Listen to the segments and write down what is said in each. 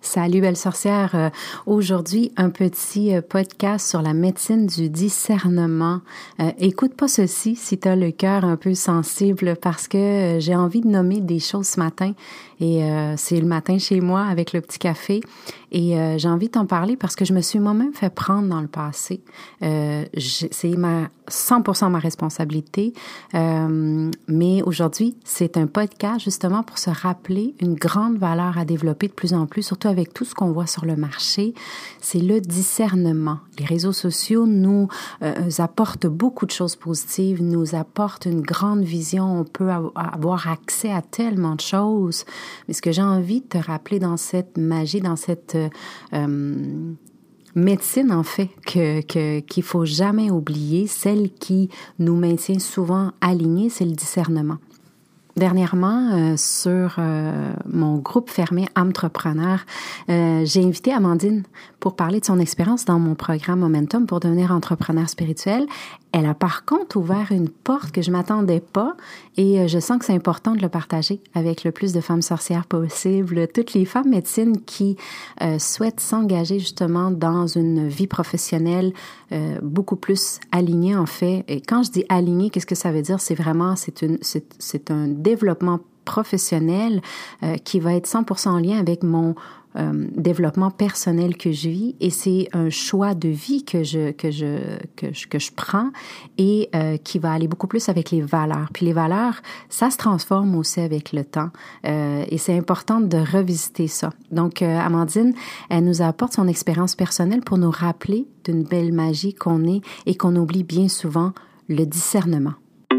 Salut belle sorcière, aujourd'hui un petit podcast sur la médecine du discernement. Écoute pas ceci si tu as le cœur un peu sensible parce que j'ai envie de nommer des choses ce matin et c'est le matin chez moi avec le petit café et j'ai envie de t'en parler parce que je me suis moi-même fait prendre dans le passé. C'est 100% ma responsabilité, mais aujourd'hui c'est un podcast justement pour se rappeler une grande valeur à développer de plus en plus, surtout avec tout ce qu'on voit sur le marché, c'est le discernement. Les réseaux sociaux nous apportent beaucoup de choses positives, nous apportent une grande vision, on peut avoir accès à tellement de choses, mais ce que j'ai envie de te rappeler dans cette magie, dans cette médecine, en fait, qu'il faut jamais oublier, celle qui nous maintient souvent alignés, c'est le discernement. Dernièrement, sur mon groupe fermé Entrepreneur, j'ai invité Amandine pour parler de son expérience dans mon programme Momentum pour devenir entrepreneur spirituel. Elle a par contre ouvert une porte que je m'attendais pas et je sens que c'est important de le partager avec le plus de femmes sorcières possible, toutes les femmes médecines qui souhaitent s'engager justement dans une vie professionnelle beaucoup plus alignée en fait. Et quand je dis alignée, qu'est-ce que ça veut dire? C'est vraiment, c'est un développement professionnel qui va être 100% en lien avec mon développement personnel que je vis et c'est un choix de vie que je prends et qui va aller beaucoup plus avec les valeurs. Puis les valeurs, ça se transforme aussi avec le temps et c'est important de revisiter ça. Donc Amandine, elle nous apporte son expérience personnelle pour nous rappeler d'une belle magie qu'on est et qu'on oublie bien souvent, le discernement.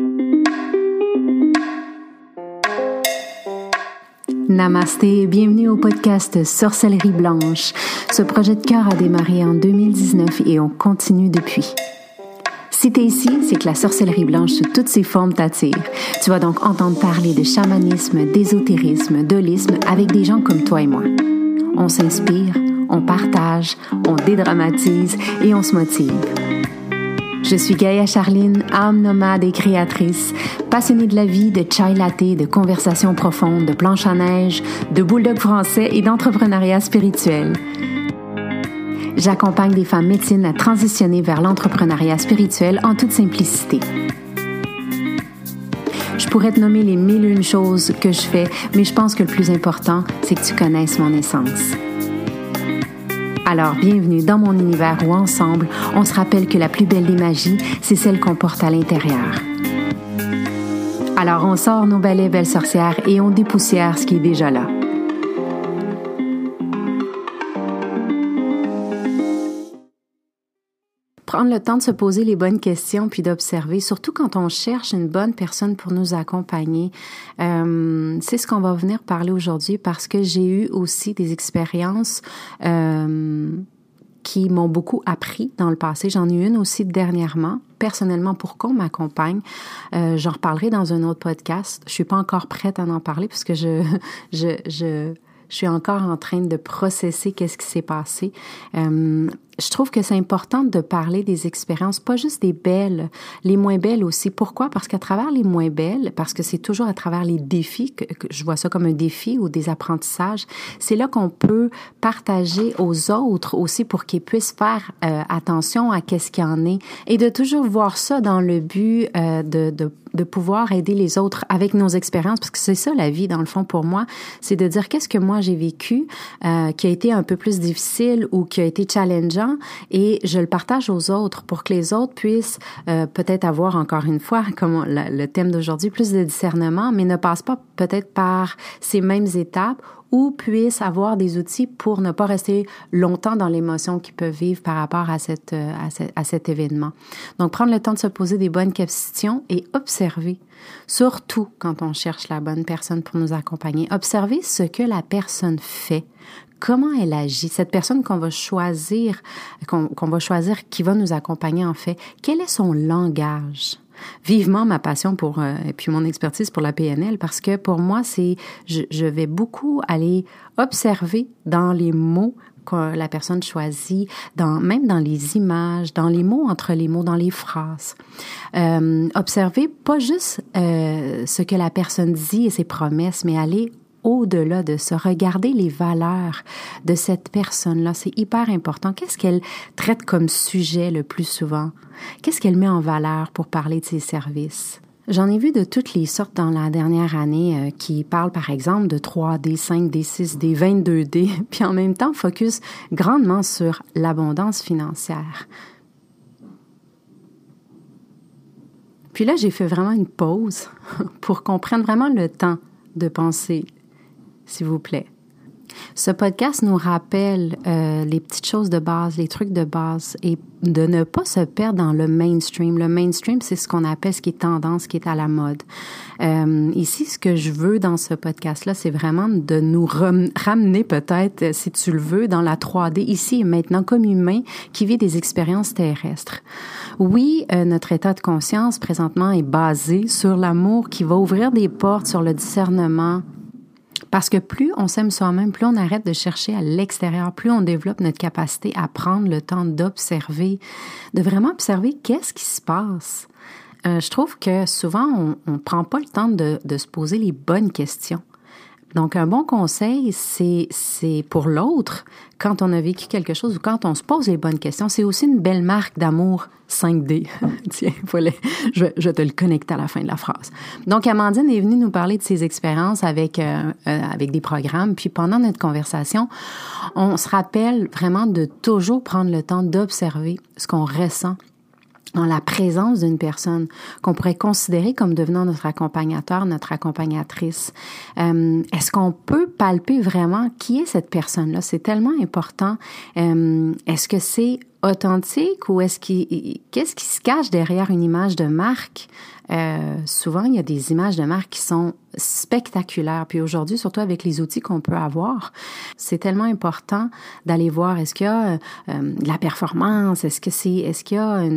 Namasté, bienvenue au podcast Sorcellerie Blanche. Ce projet de cœur a démarré en 2019 et on continue depuis. Si t'es ici, c'est que la sorcellerie blanche sous toutes ses formes t'attire. Tu vas donc entendre parler de chamanisme, d'ésotérisme, d'holisme avec des gens comme toi et moi. On s'inspire, on partage, on dédramatise et on se motive. Je suis Gaïa Charline, âme nomade et créatrice, passionnée de la vie, de chai latte, de conversations profondes, de planches à neige, de bulldog français et d'entrepreneuriat spirituel. J'accompagne des femmes médecines à transitionner vers l'entrepreneuriat spirituel en toute simplicité. Je pourrais te nommer les 1001 choses que je fais, mais je pense que le plus important, c'est que tu connaisses mon essence. Alors, bienvenue dans mon univers où ensemble, on se rappelle que la plus belle des magies, c'est celle qu'on porte à l'intérieur. Alors, on sort nos balais belles sorcières et on dépoussière ce qui est déjà là. Prendre le temps de se poser les bonnes questions puis d'observer, surtout quand on cherche une bonne personne pour nous accompagner. C'est ce qu'on va venir parler aujourd'hui parce que j'ai eu aussi des expériences qui m'ont beaucoup appris dans le passé. J'en ai eu une aussi dernièrement, personnellement, pour qu'on m'accompagne. J'en reparlerai dans un autre podcast. Je suis pas encore prête à en parler parce que je suis encore en train de processer qu'est-ce qui s'est passé. Je trouve que c'est important de parler des expériences, pas juste des belles, les moins belles aussi. Pourquoi? Parce qu'à travers les moins belles, parce que c'est toujours à travers les défis, que je vois ça comme un défi ou des apprentissages, c'est là qu'on peut partager aux autres aussi pour qu'ils puissent faire attention à qu'est-ce qu'il y en est et de toujours voir ça dans le but de pouvoir aider les autres avec nos expériences, parce que c'est ça la vie dans le fond pour moi, c'est de dire qu'est-ce que moi j'ai vécu qui a été un peu plus difficile ou qui a été challengeant et je le partage aux autres pour que les autres puissent peut-être avoir encore une fois, comme le thème d'aujourd'hui, plus de discernement, mais ne passent pas peut-être par ces mêmes étapes ou puissent avoir des outils pour ne pas rester longtemps dans l'émotion qu'ils peuvent vivre par rapport à cet événement. Donc, prendre le temps de se poser des bonnes questions et observer, surtout quand on cherche la bonne personne pour nous accompagner, observer ce que la personne fait, comment elle agit, cette personne qu'on va choisir qui va nous accompagner en fait, quel est son langage? Vivement ma passion pour et puis mon expertise pour la PNL parce que pour moi je vais beaucoup aller observer dans les mots que la personne choisit, même dans les images, dans les mots entre les mots, dans les phrases. Observer pas juste ce que la personne dit et ses promesses, mais aller au-delà de ça, regarder les valeurs de cette personne-là. C'est hyper important. Qu'est-ce qu'elle traite comme sujet le plus souvent? Qu'est-ce qu'elle met en valeur pour parler de ses services? J'en ai vu de toutes les sortes dans la dernière année qui parlent par exemple de 3D, 5D, 6D, 22D, puis en même temps focus grandement sur l'abondance financière. Puis là, j'ai fait vraiment une pause pour qu'on prenne vraiment le temps de penser, s'il vous plaît. Ce podcast nous rappelle les petites choses de base, les trucs de base et de ne pas se perdre dans le mainstream. Le mainstream, c'est ce qu'on appelle ce qui est tendance, ce qui est à la mode. Ici, ce que je veux dans ce podcast-là, c'est vraiment de nous ramener peut-être, si tu le veux, dans la 3D, ici et maintenant, comme humain qui vit des expériences terrestres. Oui, notre état de conscience présentement est basé sur l'amour qui va ouvrir des portes sur le discernement. Parce que plus on s'aime soi-même, plus on arrête de chercher à l'extérieur, plus on développe notre capacité à prendre le temps d'observer, de vraiment observer qu'est-ce qui se passe. Je trouve que souvent, on ne prend pas le temps de se poser les bonnes questions. Donc, un bon conseil, c'est pour l'autre, quand on a vécu quelque chose ou quand on se pose les bonnes questions, c'est aussi une belle marque d'amour 5D. Tiens, je vais te le connecter à la fin de la phrase. Donc, Amandine est venue nous parler de ses expériences avec des programmes. Puis, pendant notre conversation, on se rappelle vraiment de toujours prendre le temps d'observer ce qu'on ressent en la présence d'une personne qu'on pourrait considérer comme devenant notre accompagnateur, notre accompagnatrice. Est-ce qu'on peut palper vraiment qui est cette personne-là? C'est tellement important. Est-ce que c'est authentique ou qu'est-ce qui se cache derrière une image de marque? Souvent, il y a des images de marque qui sont spectaculaires. Puis aujourd'hui, surtout avec les outils qu'on peut avoir, c'est tellement important d'aller voir est-ce qu'il y a de la performance, est-ce qu'il y a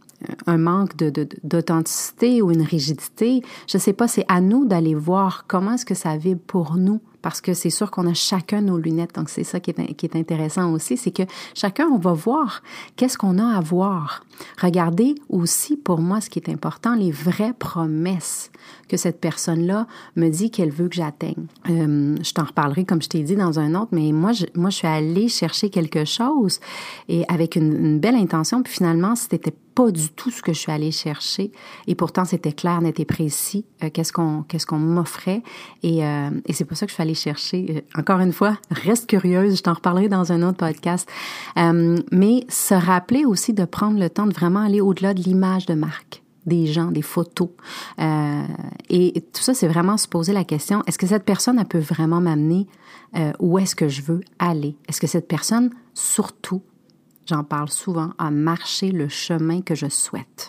un manque d'authenticité ou une rigidité. Je sais pas, c'est à nous d'aller voir comment est-ce que ça vibre pour nous. Parce que c'est sûr qu'on a chacun nos lunettes. Donc, c'est ça qui est intéressant aussi, c'est que chacun, on va voir qu'est-ce qu'on a à voir. Regardez aussi, pour moi, ce qui est important, les vraies promesses que cette personne-là me dit qu'elle veut que j'atteigne. Je t'en reparlerai, comme je t'ai dit, dans un autre, mais moi, je suis allée chercher quelque chose et avec une belle intention, puis finalement, c'était pas du tout ce que je suis allée chercher. Et pourtant, c'était clair, net et précis qu'est-ce qu'on m'offrait. Et c'est pour ça que je suis allée chercher. Encore une fois, reste curieuse, je t'en reparlerai dans un autre podcast. Mais se rappeler aussi de prendre le temps de vraiment aller au-delà de l'image de marque, des gens, des photos. Et tout ça, c'est vraiment se poser la question, est-ce que cette personne, elle peut vraiment m'amener où est-ce que je veux aller? Est-ce que cette personne, surtout, j'en parle souvent, à marcher le chemin que je souhaite?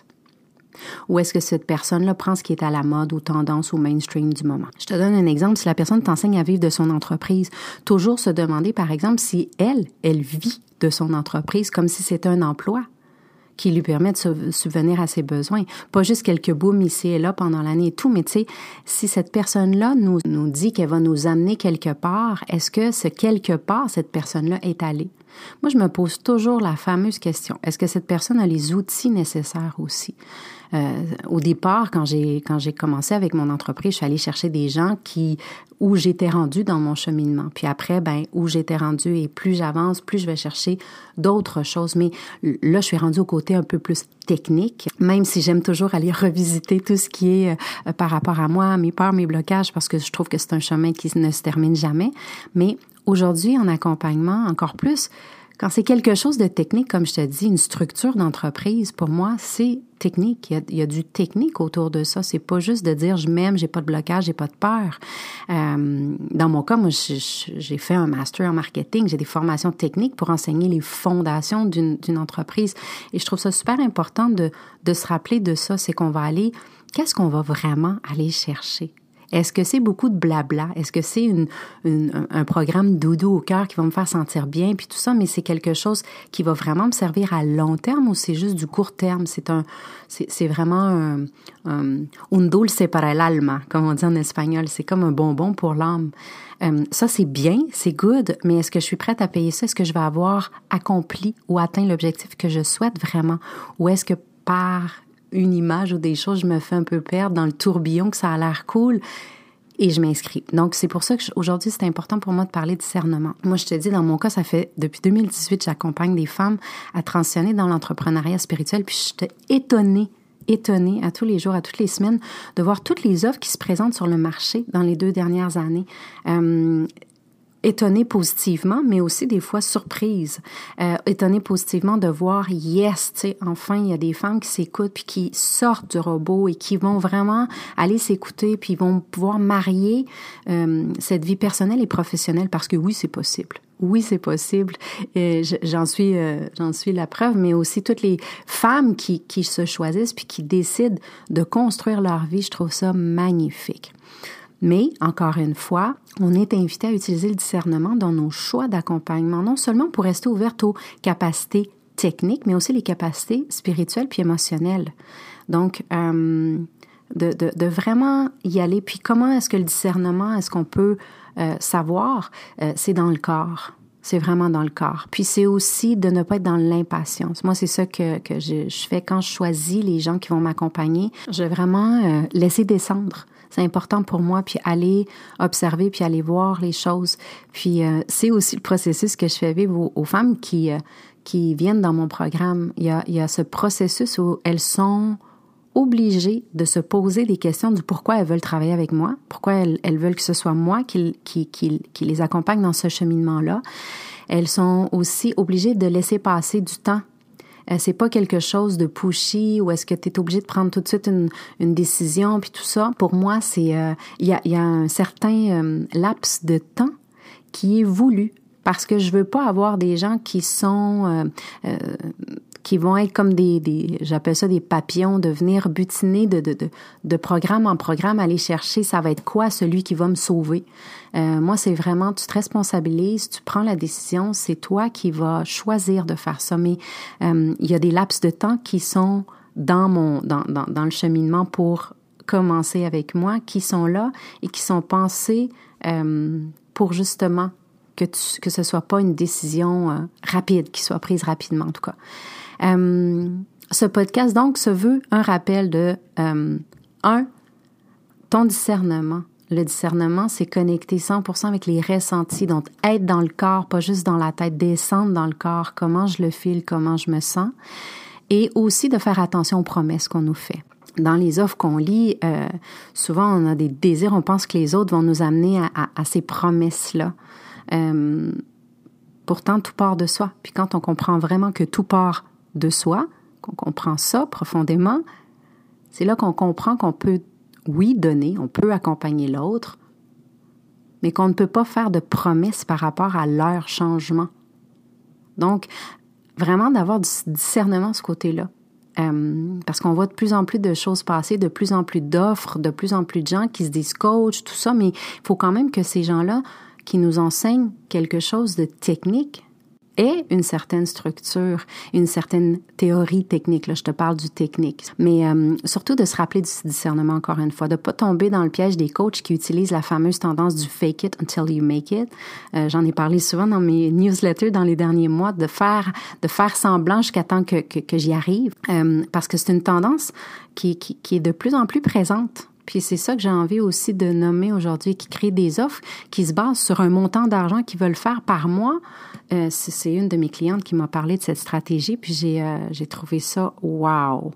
Ou est-ce que cette personne-là prend ce qui est à la mode ou tendance ou mainstream du moment? Je te donne un exemple. Si la personne t'enseigne à vivre de son entreprise, toujours se demander, par exemple, si elle vit de son entreprise comme si c'était un emploi qui lui permet de subvenir à ses besoins. Pas juste quelques booms ici et là pendant l'année et tout, mais tu sais, si cette personne-là nous dit qu'elle va nous amener quelque part, est-ce que ce quelque part, cette personne-là est allée? Moi, je me pose toujours la fameuse question. Est-ce que cette personne a les outils nécessaires aussi? Au départ, quand j'ai commencé avec mon entreprise, je suis allée chercher des gens où j'étais rendue dans mon cheminement. Puis après, où j'étais rendue et plus j'avance, plus je vais chercher d'autres choses. Mais là, je suis rendue au côté un peu plus technique, même si j'aime toujours aller revisiter tout ce qui est par rapport à moi, mes peurs, mes blocages, parce que je trouve que c'est un chemin qui ne se termine jamais. Mais aujourd'hui, en accompagnement, encore plus, quand c'est quelque chose de technique, comme je te dis, une structure d'entreprise, pour moi, c'est technique. Il y a du technique autour de ça. C'est pas juste de dire je m'aime, j'ai pas de blocage, j'ai pas de peur. Dans mon cas, moi, j'ai fait un master en marketing, j'ai des formations techniques pour enseigner les fondations d'une entreprise. Et je trouve ça super important de se rappeler de ça. C'est qu'on va aller, qu'est-ce qu'on va vraiment aller chercher? Est-ce que c'est beaucoup de blabla? Est-ce que c'est un programme doudou au cœur qui va me faire sentir bien, puis tout ça, mais c'est quelque chose qui va vraiment me servir à long terme ou c'est juste du court terme? C'est vraiment un dulce para el alma, comme on dit en espagnol. C'est comme un bonbon pour l'âme. Ça, c'est bien, c'est good, mais est-ce que je suis prête à payer ça? Est-ce que je vais avoir accompli ou atteint l'objectif que je souhaite vraiment? Ou est-ce que par une image ou des choses, je me fais un peu perdre dans le tourbillon que ça a l'air cool et je m'inscris. Donc, c'est pour ça qu'aujourd'hui, c'est important pour moi de parler de discernement. Moi, je te dis, dans mon cas, ça fait depuis 2018, j'accompagne des femmes à transitionner dans l'entrepreneuriat spirituel, puis j'étais étonnée à tous les jours, à toutes les semaines, de voir toutes les offres qui se présentent sur le marché dans les 2 dernières années. Étonnée positivement, mais aussi des fois surprise. Étonnée positivement de voir, yes, tu sais, enfin, il y a des femmes qui s'écoutent puis qui sortent du robot et qui vont vraiment aller s'écouter puis vont pouvoir marier cette vie personnelle et professionnelle parce que oui, c'est possible. Oui, c'est possible. J'en suis la preuve, mais aussi toutes les femmes qui se choisissent puis qui décident de construire leur vie, je trouve ça magnifique. Mais, encore une fois, on est invité à utiliser le discernement dans nos choix d'accompagnement, non seulement pour rester ouverte aux capacités techniques, mais aussi les capacités spirituelles puis émotionnelles. Donc, de vraiment y aller. Puis comment est-ce que le discernement, est-ce qu'on peut savoir? C'est dans le corps. C'est vraiment dans le corps. Puis c'est aussi de ne pas être dans l'impatience. Moi, c'est ça que je fais quand je choisis les gens qui vont m'accompagner. Je vais vraiment laisser descendre. C'est important pour moi, puis aller observer, puis aller voir les choses. Puis c'est aussi le processus que je fais vivre aux femmes qui viennent dans mon programme. Il y a ce processus où elles sont obligées de se poser des questions du pourquoi elles veulent travailler avec moi, pourquoi elles veulent que ce soit moi qui les accompagne dans ce cheminement-là. Elles sont aussi obligées de laisser passer du temps. C'est pas quelque chose de pushy ou est-ce que tu es obligé de prendre tout de suite une décision puis tout ça. Pour moi, c'est il y a un certain laps de temps qui est voulu parce que je veux pas avoir des gens qui sont qui vont être comme des j'appelle ça des papillons, de venir butiner de programme en programme, aller chercher ça va être quoi celui qui va me sauver. Moi, c'est vraiment, tu te responsabilises, tu prends la décision, c'est toi qui vas choisir de faire ça. Mais il y a des laps de temps qui sont dans le cheminement pour commencer avec moi, qui sont là et qui sont pensés pour justement que ce soit pas une décision rapide, qui soit prise rapidement en tout cas. Ce podcast, donc, se veut un rappel de, ton discernement. Le discernement, c'est connecter 100% avec les ressentis, donc être dans le corps, pas juste dans la tête, descendre dans le corps, comment je le file, comment je me sens, et aussi de faire attention aux promesses qu'on nous fait. Dans les offres qu'on lit, souvent on a des désirs, on pense que les autres vont nous amener à ces promesses-là. Pourtant, tout part de soi. Puis quand on comprend vraiment que tout part de soi, qu'on comprend ça profondément, c'est là qu'on comprend qu'on peut, oui, donner, on peut accompagner l'autre, mais qu'on ne peut pas faire de promesses par rapport à leur changement. Donc, vraiment d'avoir du discernement de ce côté-là. Parce qu'on voit de plus en plus de choses passer, de plus en plus d'offres, de plus en plus de gens qui se disent coach, tout ça, mais il faut quand même que ces gens-là qui nous enseignent quelque chose de technique et une certaine structure, une certaine théorie technique. Là, je te parle du technique. Mais surtout de se rappeler du discernement encore une fois, de pas tomber dans le piège des coachs qui utilisent la fameuse tendance du fake it until you make it. J'en ai parlé souvent dans mes newsletters dans les derniers mois, de faire semblant jusqu'à temps que j'y arrive, parce que c'est une tendance qui est de plus en plus présente. Puis c'est ça que j'ai envie aussi de nommer aujourd'hui, qui crée des offres qui se basent sur un montant d'argent qu'ils veulent faire par mois. C'est une de mes clientes qui m'a parlé de cette stratégie, puis j'ai trouvé ça wow.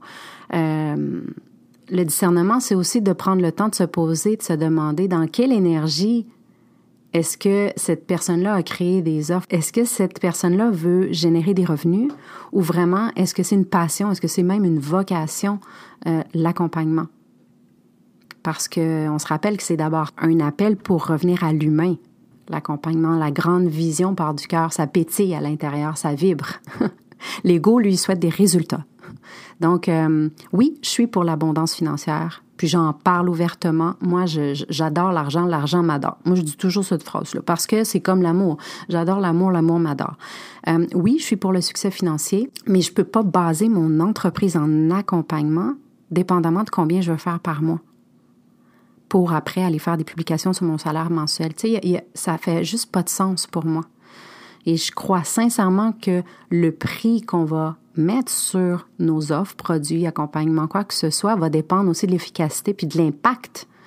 Le discernement, c'est aussi de prendre le temps de se poser, de se demander dans quelle énergie est-ce que cette personne-là a créé des offres? Est-ce que cette personne-là veut générer des revenus? Ou vraiment, est-ce que c'est une passion? Est-ce que c'est même une vocation, l'accompagnement? Parce qu'on se rappelle que c'est d'abord un appel pour revenir à l'humain. L'accompagnement, la grande vision part du cœur, ça pétille à l'intérieur, ça vibre. L'ego, lui, souhaite des résultats. Donc, oui, je suis pour l'abondance financière, puis j'en parle ouvertement. Moi, j'adore l'argent, l'argent m'adore. Moi, je dis toujours cette phrase-là, parce que c'est comme l'amour. J'adore l'amour, l'amour m'adore. Oui, je suis pour le succès financier, mais je peux pas baser mon entreprise en accompagnement dépendamment de combien je veux faire par mois, pour après aller faire des publications sur mon salaire mensuel. Tu sais, ça fait juste pas de sens pour moi. Et je crois sincèrement que le prix qu'on va mettre sur nos offres, produits, accompagnements, quoi que ce soit, va dépendre aussi de l'efficacité puis de l'impact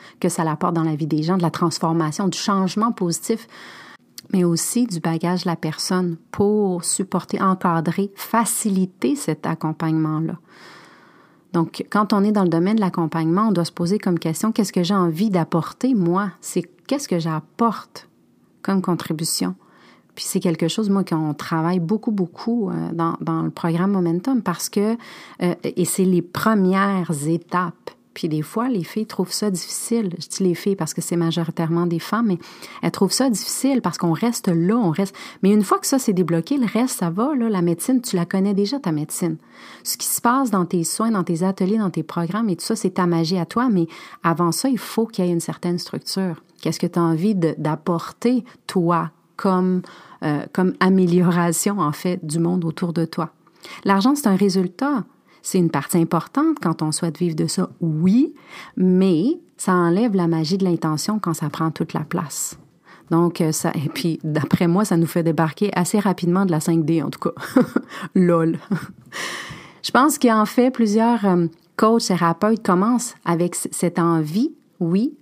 que ça apporte dans la vie des gens, de la transformation, du changement positif, mais aussi du bagage de la personne pour supporter, encadrer, faciliter cet accompagnement-là. Donc, quand on est dans le domaine de l'accompagnement, on doit se poser comme question, qu'est-ce que j'ai envie d'apporter, moi? C'est qu'est-ce que j'apporte comme contribution? Puis c'est quelque chose, moi, qu'on travaille beaucoup dans le programme Momentum parce que, et c'est les premières étapes. Puis des fois, les filles trouvent ça difficile. Je dis les filles parce que c'est majoritairement des femmes, mais elles trouvent ça difficile parce qu'on reste là, on reste. Mais une fois que ça c'est débloqué, le reste, ça va, là. La médecine, tu la connais déjà, ta médecine. Ce qui se passe dans tes soins, dans tes ateliers, dans tes programmes et tout ça, c'est ta magie à toi. Mais avant ça, il faut qu'il y ait une certaine structure. Qu'est-ce que tu as envie d'apporter, toi, comme amélioration, en fait, du monde autour de toi? L'argent, c'est un résultat. C'est une partie importante quand on souhaite vivre de ça, oui, mais ça enlève la magie de l'intention quand ça prend toute la place. Donc, et puis, d'après moi, ça nous fait débarquer assez rapidement de la 5D, en tout cas. Lol. Je pense qu'en fait, plusieurs coachs, thérapeutes commencent avec cette envie, oui,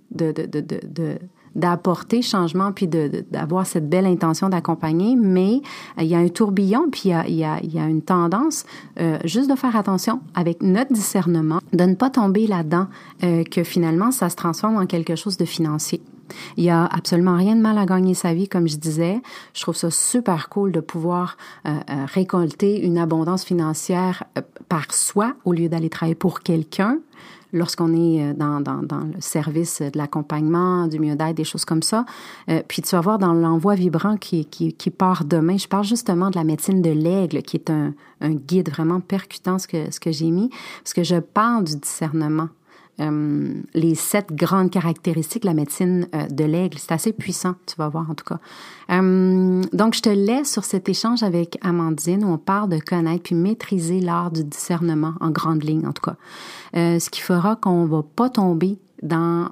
d'apporter changement puis d'avoir cette belle intention d'accompagner, mais il y a un tourbillon puis il y a une tendance juste de faire attention avec notre discernement, de ne pas tomber là-dedans que finalement ça se transforme en quelque chose de financier. Il y a absolument rien de mal à gagner sa vie, comme je disais. Je trouve ça super cool de pouvoir récolter une abondance financière par soi au lieu d'aller travailler pour quelqu'un. Lorsqu'on est dans le service de l'accompagnement, du mieux-être, des choses comme ça. Puis tu vas voir dans l'envoi vibrant qui part demain, je parle justement de la médecine de l'aigle, qui est un guide vraiment percutant, ce que j'ai mis, parce que je parle du discernement. Les 7 grandes caractéristiques de la médecine de l'aigle, c'est assez puissant, tu vas voir en tout cas. Donc, je te laisse sur cet échange avec Amandine où on parle de connaître puis maîtriser l'art du discernement en grande ligne en tout cas. Ce qui fera qu'on va pas tomber dans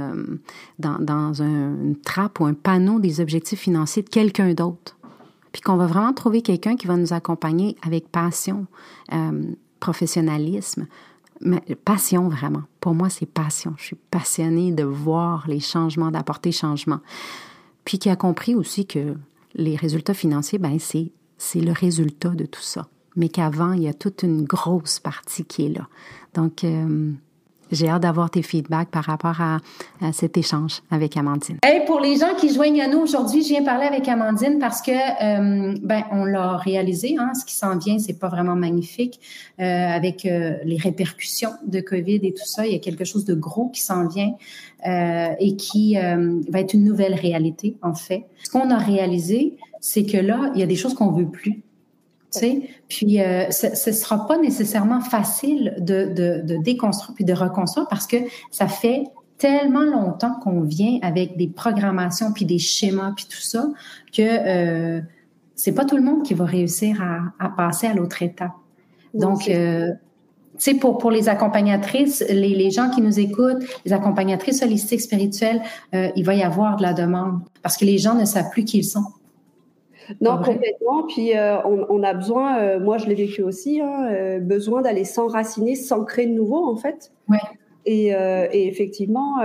une trappe ou un panneau des objectifs financiers de quelqu'un d'autre. Puis qu'on va vraiment trouver quelqu'un qui va nous accompagner avec passion, professionnalisme, mais passion vraiment. Pour moi, c'est passion. Je suis passionnée de voir les changements, d'apporter changement. Puis qui a compris aussi que les résultats financiers, ben c'est le résultat de tout ça. Mais qu'avant, il y a toute une grosse partie qui est là. Donc, j'ai hâte d'avoir tes feedbacks par rapport à cet échange avec Amandine. Hey, pour les gens qui joignent à nous aujourd'hui, je viens parler avec Amandine parce que on l'a réalisé, hein, ce qui s'en vient, c'est pas vraiment magnifique avec les répercussions de COVID et tout ça. Il y a quelque chose de gros qui s'en vient et qui va être une nouvelle réalité en fait. Ce qu'on a réalisé, c'est que là, il y a des choses qu'on veut plus. sais, puis ce sera pas nécessairement facile de déconstruire puis de reconstruire parce que ça fait tellement longtemps qu'on vient avec des programmations puis des schémas puis tout ça que c'est pas tout le monde qui va réussir à passer à l'autre étape. Donc, tu sais, pour les accompagnatrices, les gens qui nous écoutent, les accompagnatrices holistiques spirituelles, il va y avoir de la demande parce que les gens ne savent plus qui ils sont. Non, complètement. Puis on a besoin, moi je l'ai vécu aussi, besoin d'aller s'enraciner, s'ancrer de nouveau en fait. Ouais. Et effectivement,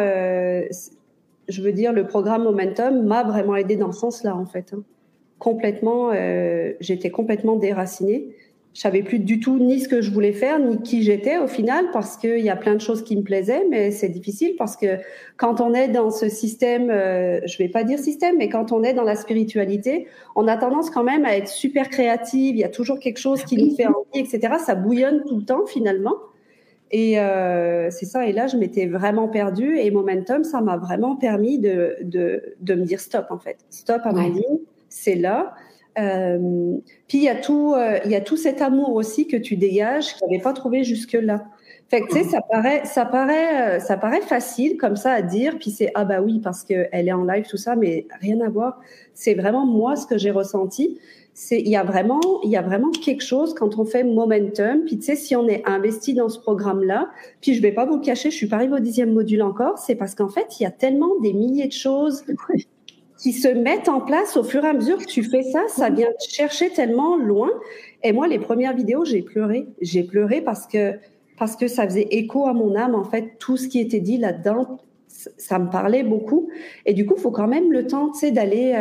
je veux dire, le programme Momentum m'a vraiment aidé dans ce sens-là en fait. Complètement, j'étais complètement déracinée. Je savais plus du tout ni ce que je voulais faire, ni qui j'étais au final, parce qu'il y a plein de choses qui me plaisaient, mais c'est difficile parce que quand on est dans ce système, je vais pas dire système, mais quand on est dans la spiritualité, on a tendance quand même à être super créative, il y a toujours quelque chose qui nous fait envie, etc. Ça bouillonne tout le temps finalement. Et c'est ça, et là je m'étais vraiment perdue, et Momentum, ça m'a vraiment permis de me dire stop en fait. Stop Amandine, c'est là. Puis il y a tout cet amour aussi que tu dégages que j'avais pas trouvé jusque là. Fait que tu sais, ça paraît facile comme ça à dire, puis c'est ah bah oui parce que elle est en live tout ça, mais rien à voir. C'est vraiment moi ce que j'ai ressenti. C'est il y a vraiment quelque chose quand on fait Momentum, puis tu sais si on est investi dans ce programme là, puis je vais pas vous le cacher, je suis pas arrivée au 10e module encore, c'est parce qu'en fait il y a tellement des milliers de choses qui se mettent en place au fur et à mesure que tu fais ça, ça vient te chercher tellement loin. Et moi, les premières vidéos, j'ai pleuré. J'ai pleuré parce que ça faisait écho à mon âme, en fait, tout ce qui était dit là-dedans. ça me parlait beaucoup. Et du coup, il faut quand même le temps, tu sais,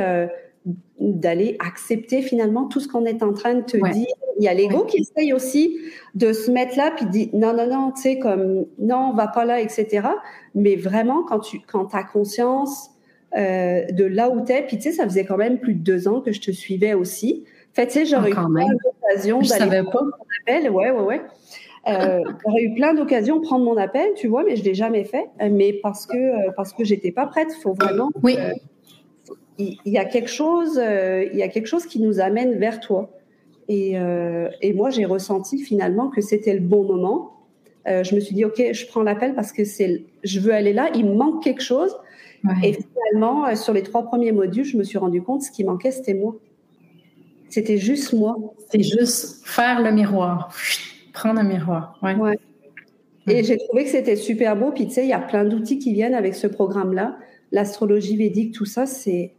d'aller accepter finalement tout ce qu'on est en train de te dire. Il y a l'ego qui essaye aussi de se mettre là puis dit non, tu sais, comme non, on va pas là, etc. Mais vraiment, quand t'as conscience de là où t'es, puis tu sais, ça faisait quand même plus de 2 ans que je te suivais aussi. Fait, tu sais, j'aurais eu plein d'occasions d'aller prendre mon appel. Ouais. J'aurais eu plein d'occasions de prendre mon appel, tu vois, mais je l'ai jamais fait. Mais parce que j'étais pas prête. Faut vraiment. Oui. Il y a quelque chose qui nous amène vers toi. Et moi, j'ai ressenti finalement que c'était le bon moment. Je me suis dit, OK, je prends l'appel parce que je veux aller là. Il me manque quelque chose. Ouais. Et finalement, sur les 3 premiers modules, je me suis rendu compte que ce qui manquait, c'était moi. C'était juste moi. C'est juste faire le miroir. Prendre un miroir. Ouais. Et j'ai trouvé que c'était super beau. Puis, tu sais, il y a plein d'outils qui viennent avec ce programme-là. L'astrologie védique, tout ça, c'est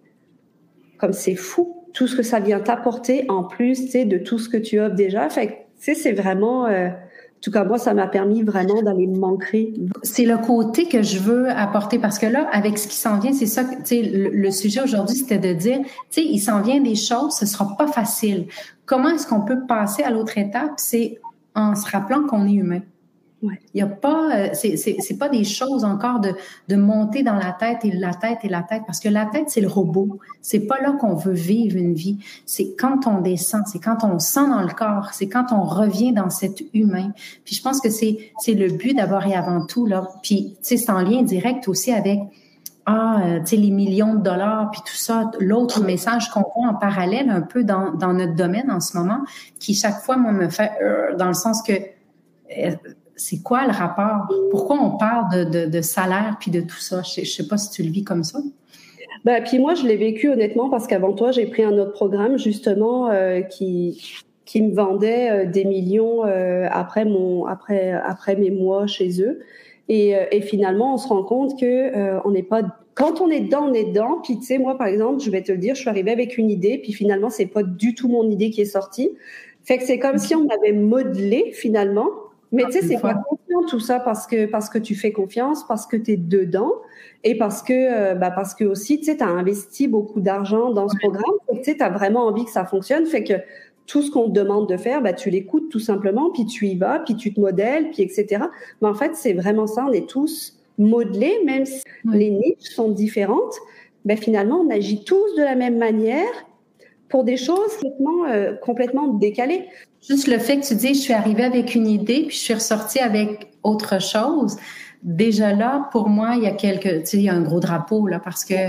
fou. Tout ce que ça vient t'apporter en plus, tu sais, de tout ce que tu offres déjà. Fait que, tu sais, c'est vraiment... en tout cas, moi, ça m'a permis vraiment d'aller m'ancrer. C'est le côté que je veux apporter parce que là, avec ce qui s'en vient, c'est ça, tu sais, le sujet aujourd'hui, c'était de dire, tu sais, il s'en vient des choses, ce sera pas facile. Comment est-ce qu'on peut passer à l'autre étape? C'est en se rappelant qu'on est humain. Ouais. Il y a pas, c'est pas des choses encore de monter dans la tête et la tête et la tête, parce que la tête, c'est le robot. C'est pas là qu'on veut vivre une vie. C'est quand on descend, c'est quand on sent dans le corps, c'est quand on revient dans cet humain. Puis je pense que c'est le but d'abord et avant tout, là. Puis, tu sais, c'est en lien direct aussi avec, tu sais, les millions de dollars, puis tout ça. L'autre message qu'on voit en parallèle un peu dans notre domaine en ce moment, qui chaque fois, moi, me fait, dans le sens que, c'est quoi le rapport? Pourquoi on parle de salaire puis de tout ça? Je sais pas si tu le vis comme ça. Ben, puis moi, je l'ai vécu honnêtement parce qu'avant toi, j'ai pris un autre programme justement qui me vendait des millions après mes mois chez eux. Et finalement, on se rend compte que on n'est pas... Quand on est dedans, on est dedans. Puis tu sais, moi, par exemple, je vais te le dire, je suis arrivée avec une idée, puis finalement, c'est pas du tout mon idée qui est sortie. Fait que c'est comme si on m'avait modelé finalement. Mais tu sais, c'est pas confiant tout ça parce que tu fais confiance, parce que tu es dedans et parce que aussi, tu sais, tu as investi beaucoup d'argent dans ce programme. Tu sais, tu as vraiment envie que ça fonctionne. Fait que tout ce qu'on te demande de faire, tu l'écoutes tout simplement, puis tu y vas, puis tu te modèles, puis etc. Mais en fait, c'est vraiment ça. On est tous modelés, même si les niches sont différentes. Finalement, on agit tous de la même manière pour des choses complètement décalées. Juste le fait que tu dis, je suis arrivée avec une idée, puis je suis ressortie avec autre chose. Déjà là, pour moi, il y a un gros drapeau, là, parce que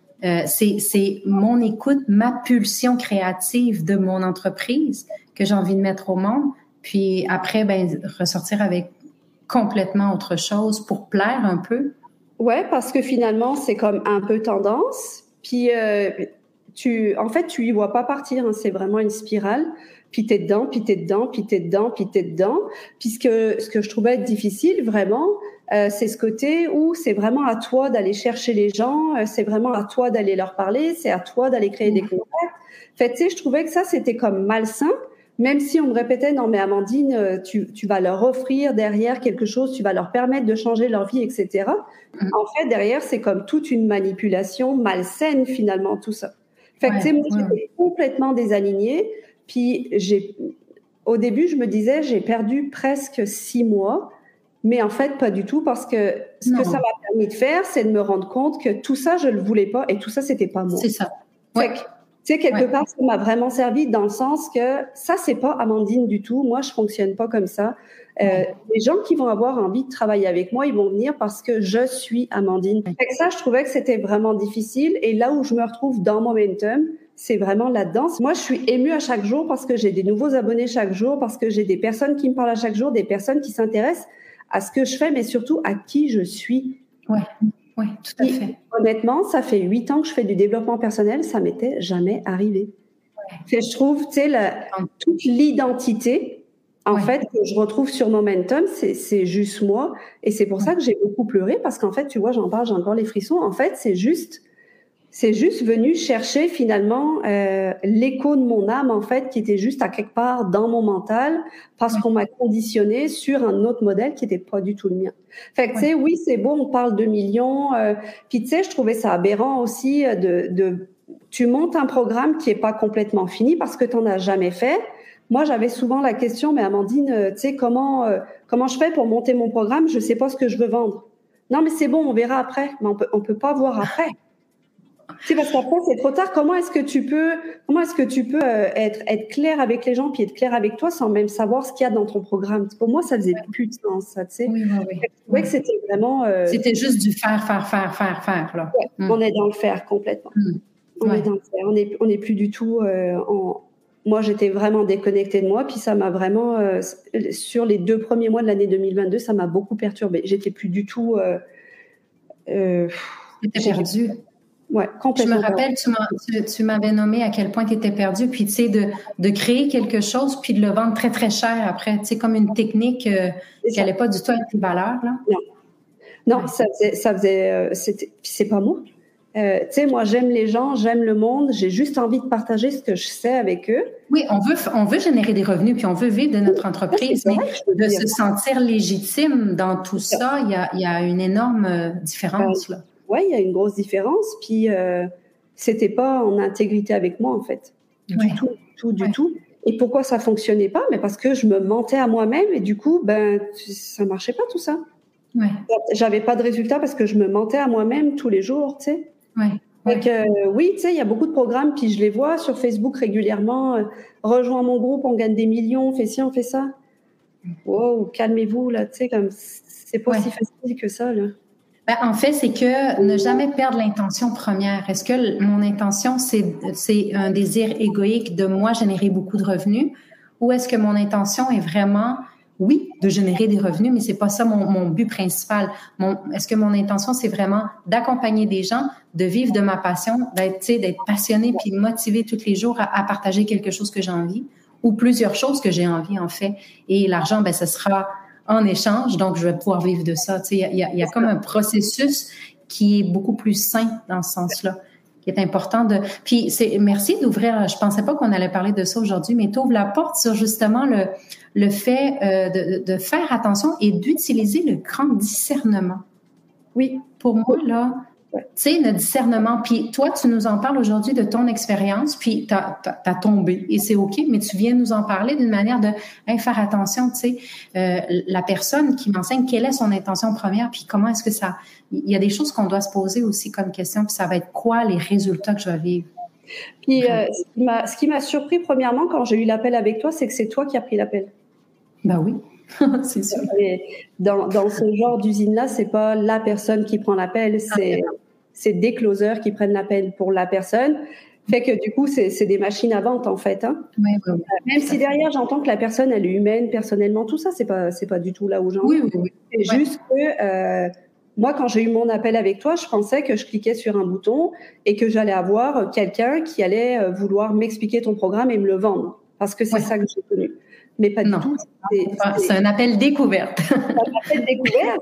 c'est mon écoute, ma pulsion créative de mon entreprise que j'ai envie de mettre au monde. Puis après, ressortir avec complètement autre chose pour plaire un peu. Ouais, parce que finalement, c'est comme un peu tendance. Puis, tu y vois pas partir, hein, c'est vraiment une spirale. Puis t'es dedans, puis t'es dedans, puis t'es dedans, puis t'es dedans. Puis ce que je trouvais être difficile, vraiment, c'est ce côté où c'est vraiment à toi d'aller chercher les gens, c'est vraiment à toi d'aller leur parler, c'est à toi d'aller créer des contacts. Fait tu sais, je trouvais que ça, c'était comme malsain, même si on me répétait, non mais Amandine, tu vas leur offrir derrière quelque chose, tu vas leur permettre de changer leur vie, etc. En fait, derrière, c'est comme toute une manipulation malsaine, finalement, tout ça. Fait que, tu sais, moi, j'étais complètement désalignée. Puis, au début, je me disais, j'ai perdu presque 6 mois. Mais en fait, pas du tout, parce que ce que ça m'a permis de faire, c'est de me rendre compte que tout ça, je le voulais pas. Et tout ça, c'était pas moi. C'est ça. Fait que, tu sais, quelque part, ça m'a vraiment servi dans le sens que ça, c'est pas Amandine du tout. Moi, je fonctionne pas comme ça. Les gens qui vont avoir envie de travailler avec moi, ils vont venir parce que je suis Amandine. Fait que ça, je trouvais que c'était vraiment difficile. Et là où je me retrouve dans Momentum, c'est vraiment là-dedans. Moi, je suis émue à chaque jour parce que j'ai des nouveaux abonnés chaque jour, parce que j'ai des personnes qui me parlent à chaque jour, des personnes qui s'intéressent à ce que je fais, mais surtout à qui je suis. Oui, tout à fait. Honnêtement, ça fait 8 ans que je fais du développement personnel, ça m'était jamais arrivé. Ouais. Je trouve, tu sais, toute l'identité, en fait, que je retrouve sur Momentum, c'est juste moi. Et c'est pour ça que j'ai beaucoup pleuré, parce qu'en fait, tu vois, j'en parle, j'ai encore les frissons. En fait, c'est juste c'est juste venu chercher finalement l'écho de mon âme en fait qui était juste à quelque part dans mon mental parce qu'on m'a conditionné sur un autre modèle qui n'était pas du tout le mien. Fait que tu sais, oui c'est beau, on parle de millions, puis tu sais je trouvais ça aberrant aussi de tu montes un programme qui est pas complètement fini parce que t'en as jamais fait. Moi j'avais souvent la question mais Amandine, tu sais comment je fais pour monter mon programme, je sais pas ce que je veux vendre. Non mais c'est bon, on verra après, mais on peut pas voir après. C'est parce qu'après c'est trop tard. Comment est-ce que tu peux être clair avec les gens puis être clair avec toi sans même savoir ce qu'il y a dans ton programme. Pour moi, ça faisait plus de sens, ça, tu sais. Oui. Je trouvais que c'était vraiment. C'était juste du faire là. Ouais, on est dans le faire complètement. On est dans le faire. On est plus du tout Moi, j'étais vraiment déconnectée de moi, puis ça m'a vraiment sur les 2 premiers mois de l'année 2022, ça m'a beaucoup perturbée. J'étais plus du tout. T'étais perdue. Ouais, complètement. Je me rappelle, tu m'avais nommé à quel point tu étais perdue, puis tu sais, de créer quelque chose, puis de le vendre très, très cher après, tu sais, comme une technique qui n'allait pas du tout avec tes valeurs, là. Non, ça faisait c'est pas moi. Tu sais, moi, j'aime les gens, j'aime le monde, j'ai juste envie de partager ce que je sais avec eux. Oui, on veut générer des revenus, puis on veut vivre de notre entreprise, mais de se sentir légitime dans tout ça, il y a une énorme différence, là. Oui, il y a une grosse différence. Puis, c'était pas en intégrité avec moi, en fait. Du tout. Et pourquoi ça fonctionnait pas? Mais parce que je me mentais à moi-même et du coup, ça marchait pas tout ça. Ouais. J'avais pas de résultat parce que je me mentais à moi-même tous les jours, tu sais. Donc, oui, tu sais, il y a beaucoup de programmes, puis je les vois sur Facebook régulièrement. Rejoins mon groupe, on gagne des millions, on fait ci, on fait ça. Wow, calmez-vous, là, tu sais, comme c'est pas si facile que ça, là. En fait, c'est que ne jamais perdre l'intention première. Est-ce que mon intention, c'est un désir égoïque de moi générer beaucoup de revenus, ou est-ce que mon intention est vraiment, oui, de générer des revenus, mais c'est pas ça mon but principal. Est-ce que mon intention, c'est vraiment d'accompagner des gens, de vivre de ma passion, d'être passionné puis motivé tous les jours à partager quelque chose que j'ai envie, ou plusieurs choses que j'ai envie, en fait. Et l'argent, ce sera en échange, donc je vais pouvoir vivre de ça. Tu sais, il y a comme un processus qui est beaucoup plus sain dans ce sens-là, qui est important de. Puis merci d'ouvrir. Je pensais pas qu'on allait parler de ça aujourd'hui, mais tu ouvres la porte sur justement le fait de faire attention et d'utiliser le grand discernement. Oui, pour moi là. Tu sais, le discernement. Puis toi, tu nous en parles aujourd'hui de ton expérience, puis t'as tombé et c'est OK, mais tu viens nous en parler d'une manière de faire attention, tu sais, la personne qui m'enseigne, quelle est son intention première, puis comment est-ce que ça... Il y a des choses qu'on doit se poser aussi comme question, puis ça va être quoi les résultats que je vais vivre? Puis ce qui m'a surpris premièrement quand j'ai eu l'appel avec toi, c'est que c'est toi qui as pris l'appel. Ben oui. C'est sûr. Et dans ce genre d'usine-là, c'est pas la personne qui prend l'appel, c'est des closers qui prennent l'appel pour la personne. Fait que du coup, c'est des machines à vente en fait. Hein. Oui. Même si derrière, j'entends que la personne, elle est humaine, personnellement, tout ça, c'est pas du tout là où j'en suis. Oui. C'est juste que moi, quand j'ai eu mon appel avec toi, je pensais que je cliquais sur un bouton et que j'allais avoir quelqu'un qui allait vouloir m'expliquer ton programme et me le vendre, parce que c'est ça que j'ai connu. Mais pas du tout. C'est un appel découverte. C'est un appel découverte.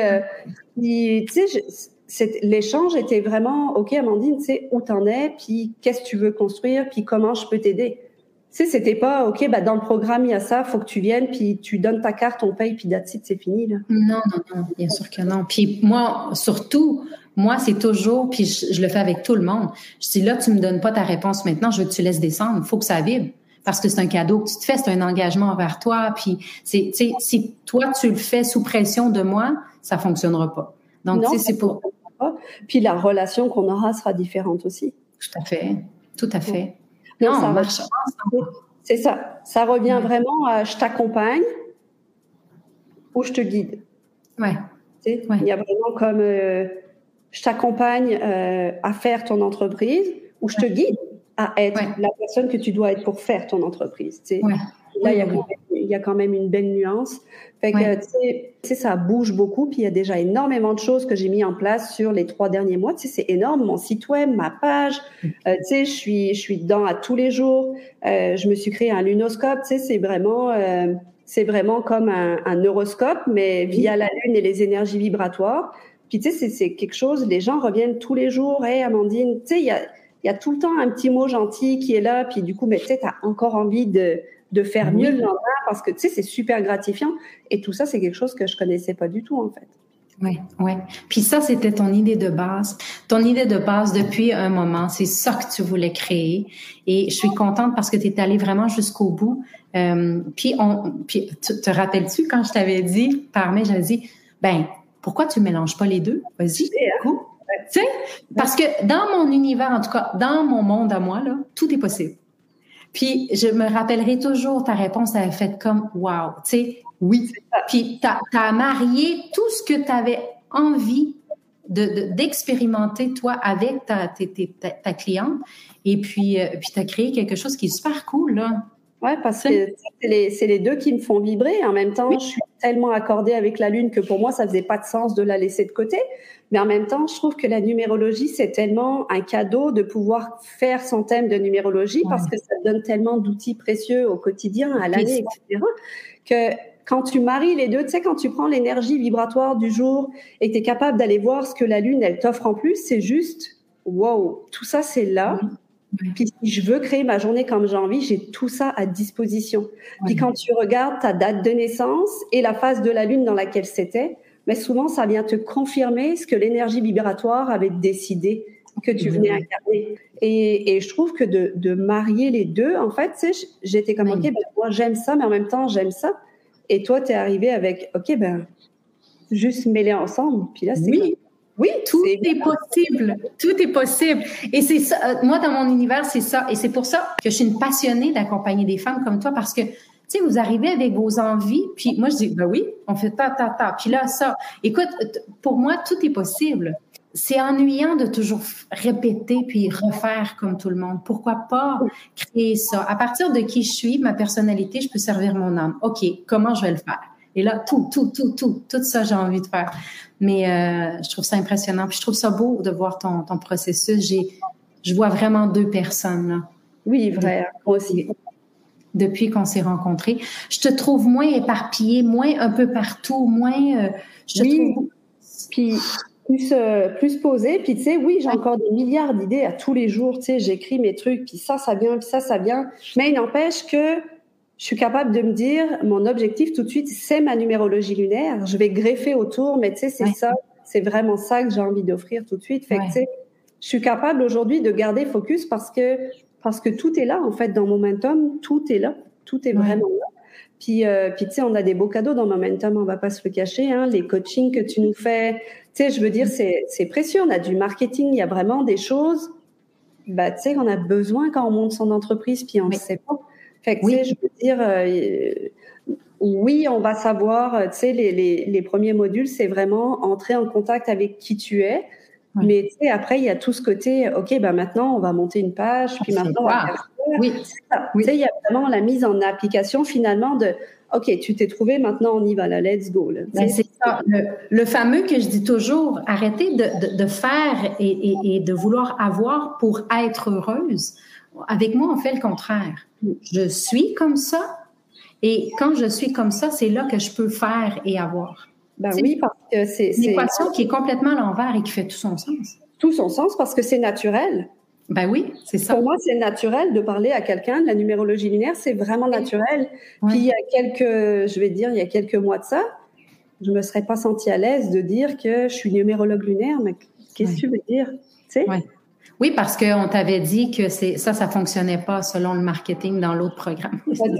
Puis, tu sais, l'échange était vraiment, OK, Amandine, tu sais, où t'en es, puis qu'est-ce que tu veux construire, puis comment je peux t'aider. Tu sais, c'était pas, OK, dans le programme, il y a ça, faut que tu viennes, puis tu donnes ta carte, on paye, puis that's it, c'est fini, là. Non, bien sûr que non. Puis moi, surtout, c'est toujours, puis je le fais avec tout le monde. Je dis, là, tu me donnes pas ta réponse maintenant, je veux que tu laisses descendre, il faut que ça vibre. Parce que c'est un cadeau que tu te fais, c'est un engagement envers toi. Puis, tu sais, si toi, tu le fais sous pression de moi, ça fonctionnera pas. Donc, tu sais, c'est pour... Puis la relation qu'on aura sera différente aussi. Tout à fait. Non, ça marche. C'est ça. Ça revient vraiment à je t'accompagne ou je te guide. Ouais. Tu sais, il y a vraiment comme je t'accompagne à faire ton entreprise ou je te guide à être la personne que tu dois être pour faire ton entreprise. Tu sais. Là, il y a quand même une belle nuance. Fait que, tu sais, ça bouge beaucoup. Puis il y a déjà énormément de choses que j'ai mis en place sur les 3 derniers mois. Tu sais, c'est énorme. Mon site web, ma page. Tu sais, je suis dedans à tous les jours. Je me suis créé un lunoscope. Tu sais, c'est vraiment comme un neuroscope, mais via la lune et les énergies vibratoires. Puis tu sais, c'est quelque chose, les gens reviennent tous les jours. Hey Amandine, tu sais, il y a tout le temps un petit mot gentil qui est là. Puis du coup, mais tu sais, t'as encore envie de faire mieux le lendemain parce que tu sais, c'est super gratifiant. Et tout ça, c'est quelque chose que je connaissais pas du tout en fait. Oui, oui. Puis ça, c'était ton idée de base. Ton idée de base depuis un moment, c'est ça que tu voulais créer. Et je suis contente parce que tu es allée vraiment jusqu'au bout. Puis te rappelles-tu quand je t'avais dit, par mail, j'avais dit, ben, pourquoi tu mélanges pas les deux? Vas-y, go. Tu sais, parce que dans mon univers, en tout cas, dans mon monde à moi, là, tout est possible. Puis je me rappellerai toujours ta réponse, elle a fait comme, wow, tu sais, oui. Puis t'as marié tout ce que tu avais envie d'expérimenter, toi, avec ta cliente. Et puis t'as créé quelque chose qui est super cool, là. Ouais, parce que c'est les deux qui me font vibrer. En même temps, je suis tellement accordée avec la Lune que pour moi, ça faisait pas de sens de la laisser de côté. Mais en même temps, je trouve que la numérologie, c'est tellement un cadeau de pouvoir faire son thème de numérologie parce que ça donne tellement d'outils précieux au quotidien, à l'année, etc. que quand tu maries les deux, tu sais, quand tu prends l'énergie vibratoire du jour et que tu es capable d'aller voir ce que la Lune, elle t'offre en plus, c'est juste, wow, tout ça, c'est là. Puis si je veux créer ma journée comme j'ai envie, j'ai tout ça à disposition. Puis quand tu regardes ta date de naissance et la phase de la Lune dans laquelle c'était, mais souvent, ça vient te confirmer ce que l'énergie vibratoire avait décidé que tu venais incarner. Et je trouve que de marier les deux, en fait, tu sais, j'étais comme, OK, ben, moi, j'aime ça, mais en même temps, j'aime ça. Et toi, t'es arrivé avec, OK, ben, juste mêler ensemble. Puis là, c'est oui, tout est possible. Tout est possible. Et c'est ça, moi, dans mon univers, c'est ça. Et c'est pour ça que je suis une passionnée d'accompagner des femmes comme toi parce que, tu sais, vous arrivez avec vos envies, puis moi, je dis, ben oui, on fait ta. Puis là, ça. Écoute, pour moi, tout est possible. C'est ennuyant de toujours répéter puis refaire comme tout le monde. Pourquoi pas créer ça? À partir de qui je suis, ma personnalité, je peux servir mon âme. OK, comment je vais le faire? Et là, tout ça, j'ai envie de faire. Mais je trouve ça impressionnant. Puis je trouve ça beau de voir ton processus. Je vois vraiment deux personnes, là. Oui, vrai, moi aussi. Depuis qu'on s'est rencontrés. Je te trouve moins éparpillée, moins un peu partout, moins... je te trouve... Puis plus posée. Puis tu sais, oui, j'ai encore des milliards d'idées à tous les jours. Tu sais, j'écris mes trucs, puis ça vient, puis ça vient. Mais il n'empêche que je suis capable de me dire, mon objectif tout de suite, c'est ma numérologie lunaire. Je vais greffer autour, mais tu sais, c'est ça, c'est vraiment ça que j'ai envie d'offrir tout de suite. Fait que tu sais, je suis capable aujourd'hui de garder focus parce que tout est là, en fait, dans Momentum, tout est là. Tout est vraiment là. Puis tu sais, on a des beaux cadeaux dans Momentum, on va pas se le cacher, hein, les coachings que tu nous fais. Tu sais, je veux dire, c'est précieux. On a du marketing, il y a vraiment des choses, bah, tu sais, qu'on a besoin quand on monte son entreprise, puis on ne sait pas. Fait que, tu sais, je veux dire, oui, on va savoir, tu sais, les premiers modules, c'est vraiment entrer en contact avec qui tu es. Mais tu sais, après, il y a tout ce côté, OK, ben maintenant, on va monter une page, puis maintenant, on va faire ça. Tu sais, il y a vraiment la mise en application, finalement, de OK, tu t'es trouvé, maintenant, on y va, là, let's go. Là. Ben, c'est ça. Le fameux que je dis toujours, arrêtez de faire et de vouloir avoir pour être heureuse. Avec moi, on fait le contraire. Je suis comme ça, et quand je suis comme ça, c'est là que je peux faire et avoir. Ben oui, parce que c'est une équation qui est complètement à l'envers et qui fait tout son sens. Tout son sens parce que c'est naturel. Ben oui, c'est ça. Pour moi, c'est naturel de parler à quelqu'un de la numérologie lunaire, c'est vraiment naturel. Puis il y a quelques mois de ça, je me serais pas sentie à l'aise de dire que je suis numérologue lunaire, mais qu'est-ce que tu veux dire, tu sais? Oui, parce qu'on t'avait dit que ça fonctionnait pas selon le marketing dans l'autre programme.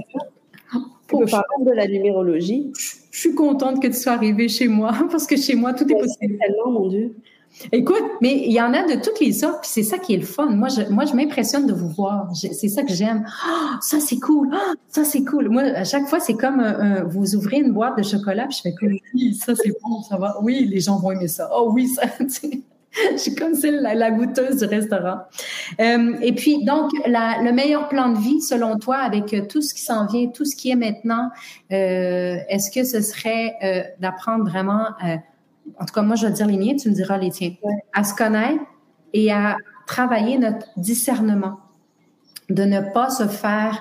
Pour parler de la numérologie. Je suis contente que tu sois arrivée chez moi, parce que chez moi, tout est possible. Tellement, mon Dieu. Écoute, mais il y en a de toutes les sortes, puis c'est ça qui est le fun. Moi, je m'impressionne de vous voir. C'est ça que j'aime. Oh, ça, c'est cool. Oh, ça, c'est cool. Moi, à chaque fois, c'est comme vous ouvrez une boîte de chocolat, puis je fais comme, oui, ça, c'est bon, ça va. Oui, les gens vont aimer ça. Oh oui, ça, je suis comme celle, la goûteuse du restaurant. Et puis, donc, le meilleur plan de vie, selon toi, avec tout ce qui s'en vient, tout ce qui est maintenant, est-ce que ce serait d'apprendre vraiment, en tout cas, moi, je vais te dire les miens, tu me diras les tiens, à se connaître et à travailler notre discernement, de ne pas se faire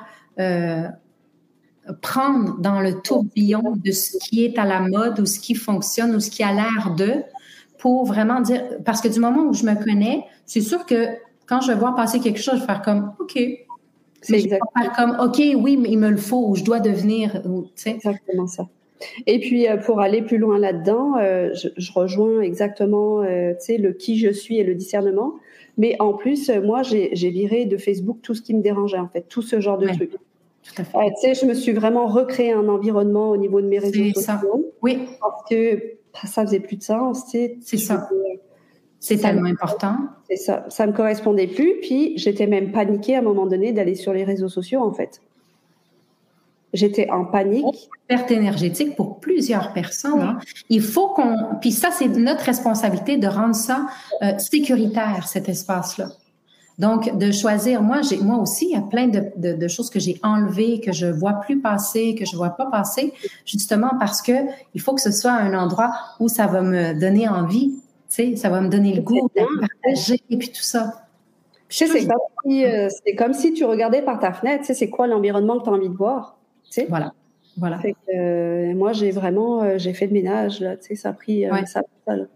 prendre dans le tourbillon de ce qui est à la mode ou ce qui fonctionne ou ce qui a l'air de, pour vraiment dire, parce que du moment où je me connais, c'est sûr que quand je vais voir passer quelque chose, je vais faire comme, OK. Mais je vais pas faire comme, OK, oui, mais il me le faut, ou je dois devenir, tu sais. Exactement ça. Et puis, pour aller plus loin là-dedans, je rejoins exactement, tu sais, le qui je suis et le discernement. Mais en plus, moi, j'ai viré de Facebook tout ce qui me dérangeait, en fait, tout ce genre de trucs. Tout à fait. Tu sais, je me suis vraiment recréé un environnement au niveau de mes réseaux sociaux. Ça. Oui. Parce que ça faisait plus de sens, tu sais. C'est ça. C'est tellement important. C'est ça. Ça me correspondait plus. Puis, j'étais même paniquée à un moment donné d'aller sur les réseaux sociaux, en fait. J'étais en panique. Perte énergétique pour plusieurs personnes. Hein. Il faut qu'on... Puis ça, c'est notre responsabilité de rendre ça sécuritaire, cet espace-là. Donc, de choisir... Moi aussi, il y a plein de choses que j'ai enlevées, que je vois plus passer, que je vois pas passer, justement parce que il faut que ce soit un endroit où ça va me donner envie, tu sais, ça va me donner le goût de partager et puis tout ça. Tu sais, c'est comme si tu regardais par ta fenêtre, tu sais, c'est quoi l'environnement que tu as envie de voir. Tu sais? Voilà. Fait que, moi, j'ai fait le ménage, là, tu sais, ça a pris ça. Là.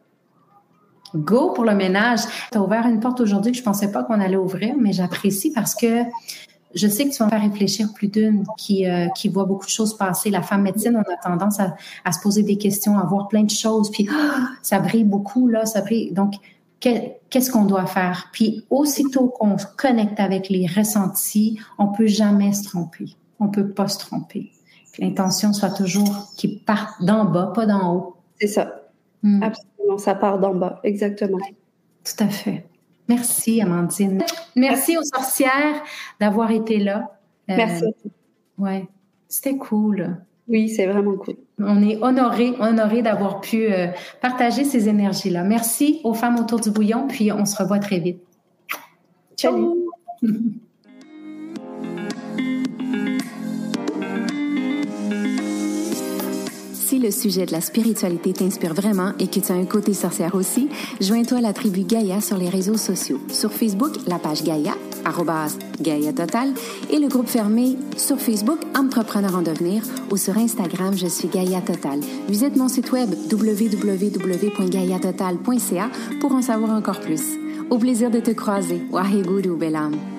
Go pour le ménage. Tu as ouvert une porte aujourd'hui que je pensais pas qu'on allait ouvrir, mais j'apprécie parce que je sais que tu vas me faire réfléchir plus d'une qui voit beaucoup de choses passer. La femme médecine, on a tendance à se poser des questions, à voir plein de choses, puis ça brille beaucoup, là, ça brille. Donc, qu'est-ce qu'on doit faire? Puis, aussitôt qu'on se connecte avec les ressentis, on peut jamais se tromper. On peut pas se tromper. Que l'intention soit toujours qu'il parte d'en bas, pas d'en haut. C'est ça. Absolument, ça part d'en bas, exactement. Oui, tout à fait. Merci, Amandine. Merci aux sorcières d'avoir été là. Merci. Ouais, c'était cool. Oui, c'est vraiment cool. On est honorés d'avoir pu partager ces énergies-là. Merci aux femmes autour du bouillon, puis on se revoit très vite. Ciao. Si le sujet de la spiritualité t'inspire vraiment et que tu as un côté sorcière aussi, joins-toi à la tribu Gaïa sur les réseaux sociaux. Sur Facebook, la page Gaïa, @Gaïa Total, et le groupe fermé sur Facebook Entrepreneur en devenir, ou sur Instagram, je suis Gaïa Total. Visite mon site web www.gaïatotal.ca pour en savoir encore plus. Au plaisir de te croiser. Waheguru, belle âme.